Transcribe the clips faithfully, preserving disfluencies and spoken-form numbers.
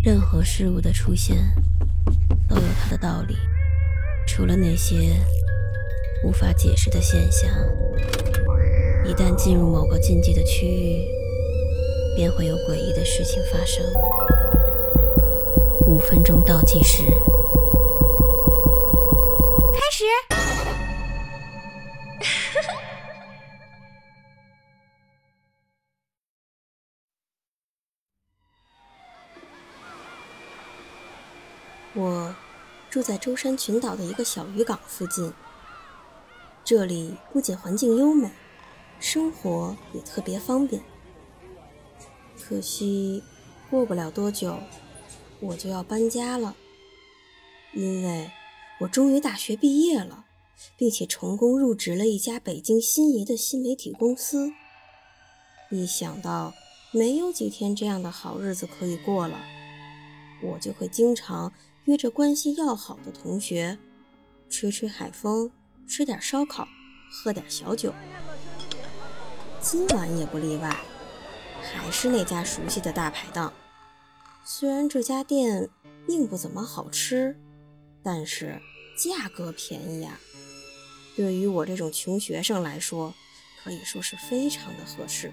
任何事物的出现都有它的道理，除了那些无法解释的现象，一旦进入某个禁忌的区域，便会有诡异的事情发生。五分钟倒计时，开始。我住在舟山群岛的一个小渔港附近，这里不仅环境优美，生活也特别方便。可惜过不了多久我就要搬家了，因为我终于大学毕业了，并且成功入职了一家北京心仪的新媒体公司。一想到没有几天这样的好日子可以过了，我就会经常约着关系要好的同学吹吹海风，吃点烧烤，喝点小酒。今晚也不例外，还是那家熟悉的大排档。虽然这家店并不怎么好吃，但是价格便宜啊，对于我这种穷学生来说可以说是非常的合适。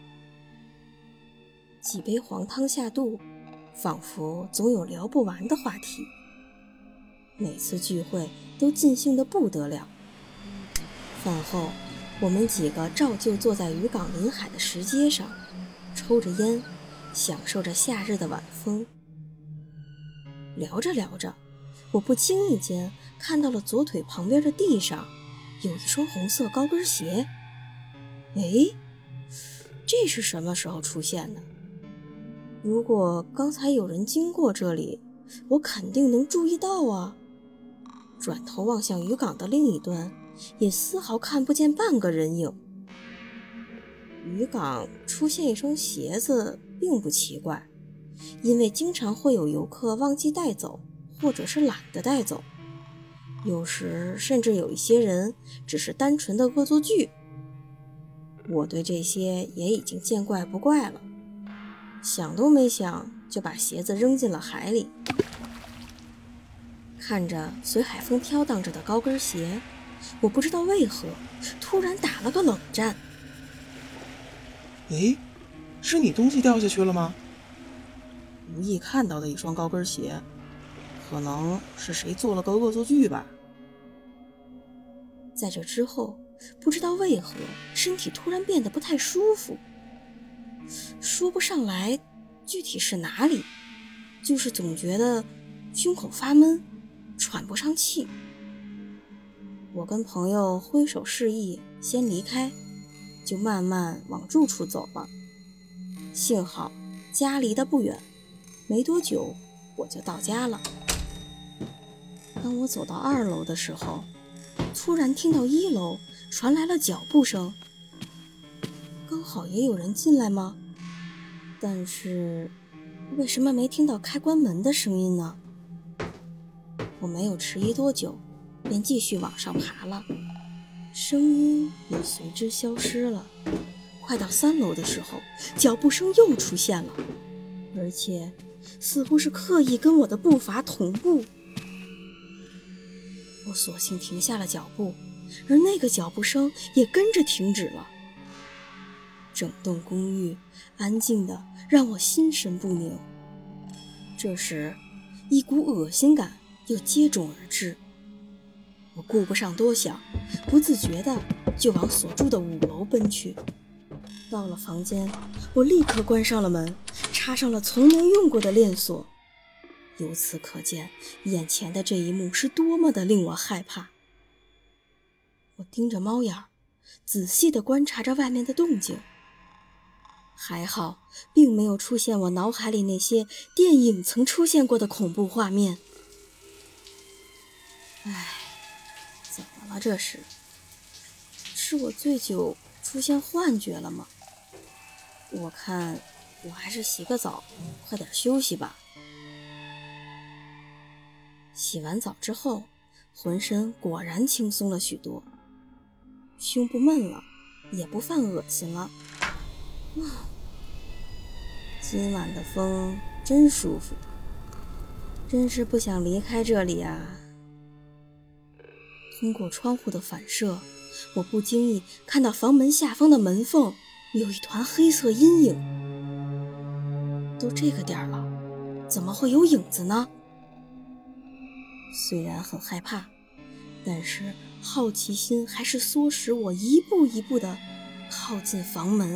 几杯黄汤下肚，仿佛总有聊不完的话题，每次聚会都尽兴得不得了。饭后我们几个照旧坐在渔港临海的石阶上，抽着烟，享受着夏日的晚风。聊着聊着，我不经意间看到了左腿旁边的地上有一双红色高跟鞋。诶，这是什么时候出现的？如果刚才有人经过这里，我肯定能注意到啊。转头望向渔港的另一端，也丝毫看不见半个人影。渔港出现一双鞋子并不奇怪，因为经常会有游客忘记带走，或者是懒得带走，有时甚至有一些人只是单纯的恶作剧。我对这些也已经见怪不怪了，想都没想就把鞋子扔进了海里。看着随海风飘荡着的高跟鞋，我不知道为何突然打了个冷战。 诶，是你东西掉下去了吗？无意看到的一双高跟鞋，可能是谁做了个恶作剧吧。 在这之后，不知道为何身体突然变得不太舒服，说不上来具体是哪里，就是总觉得胸口发闷，喘不上气。我跟朋友挥手示意先离开，就慢慢往住处走了。幸好家离得不远，没多久我就到家了。当我走到二楼的时候，突然听到一楼传来了脚步声。刚好也有人进来吗？但是为什么没听到开关门的声音呢？我没有迟疑多久，便继续往上爬了，声音也随之消失了。快到三楼的时候，脚步声又出现了，而且似乎是刻意跟我的步伐同步。我索性停下了脚步，而那个脚步声也跟着停止了。整栋公寓安静的让我心神不宁。这时一股恶心感又接踵而至，我顾不上多想，不自觉的就往所住的五楼奔去。到了房间，我立刻关上了门，插上了从没用过的链锁。由此可见，眼前的这一幕是多么的令我害怕。我盯着猫眼，仔细地观察着外面的动静。还好，并没有出现我脑海里那些电影曾出现过的恐怖画面。唉，怎么了这是？是我醉酒出现幻觉了吗？我看我还是洗个澡，快点休息吧。洗完澡之后，浑身果然轻松了许多，胸不闷了，也不犯恶心了。今晚的风真舒服。 真是不想离开这里啊。通过窗户的反射，我不经意看到房门下方的门缝有一团黑色阴影。都这个点儿了，怎么会有影子呢？虽然很害怕，但是好奇心还是唆使我一步一步地靠近房门。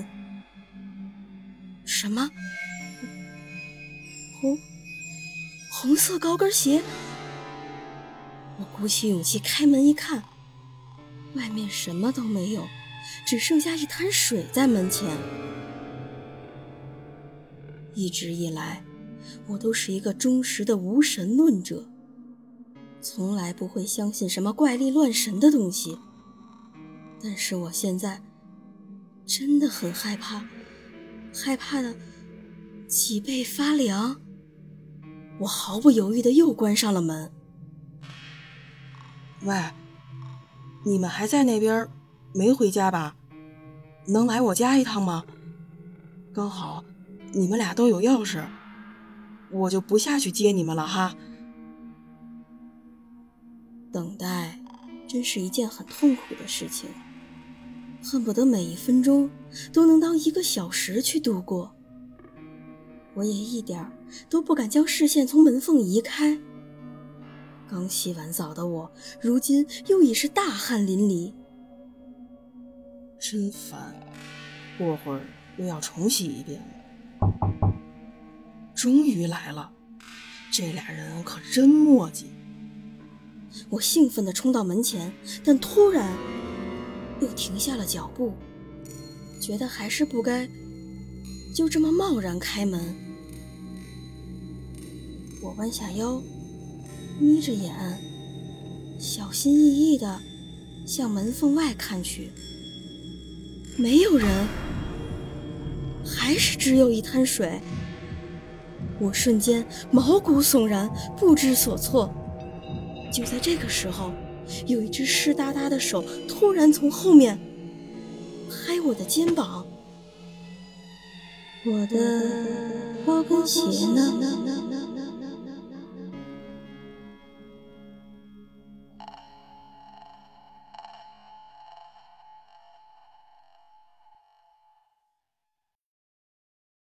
什么？红红色高跟鞋？我鼓起勇气开门一看，外面什么都没有，只剩下一滩水在门前。一直以来，我都是一个忠实的无神论者，从来不会相信什么怪力乱神的东西。但是我现在真的很害怕，害怕的脊背发凉。我毫不犹豫地又关上了门。 喂，你们还在那边没回家吧？能来我家一趟吗？刚好你们俩都有钥匙，我就不下去接你们了哈。 等待真是一件很痛苦的事情，恨不得每一分钟都能当一个小时去度过。我也一点都不敢将视线从门缝移开。刚洗完澡的我，如今又已是大汗淋漓。 真烦，过会儿又要重洗一遍了。终于来了，这俩人可真磨叽。 我兴奋地冲到门前，但突然又停下了脚步，觉得还是不该就这么贸然开门。我弯下腰，眯着眼，小心翼翼地向门缝外看去。没有人，还是只有一滩水。我瞬间毛骨悚然，不知所措。就在这个时候，有一只湿哒哒的手突然从后面拍我的肩膀。我的高跟鞋呢？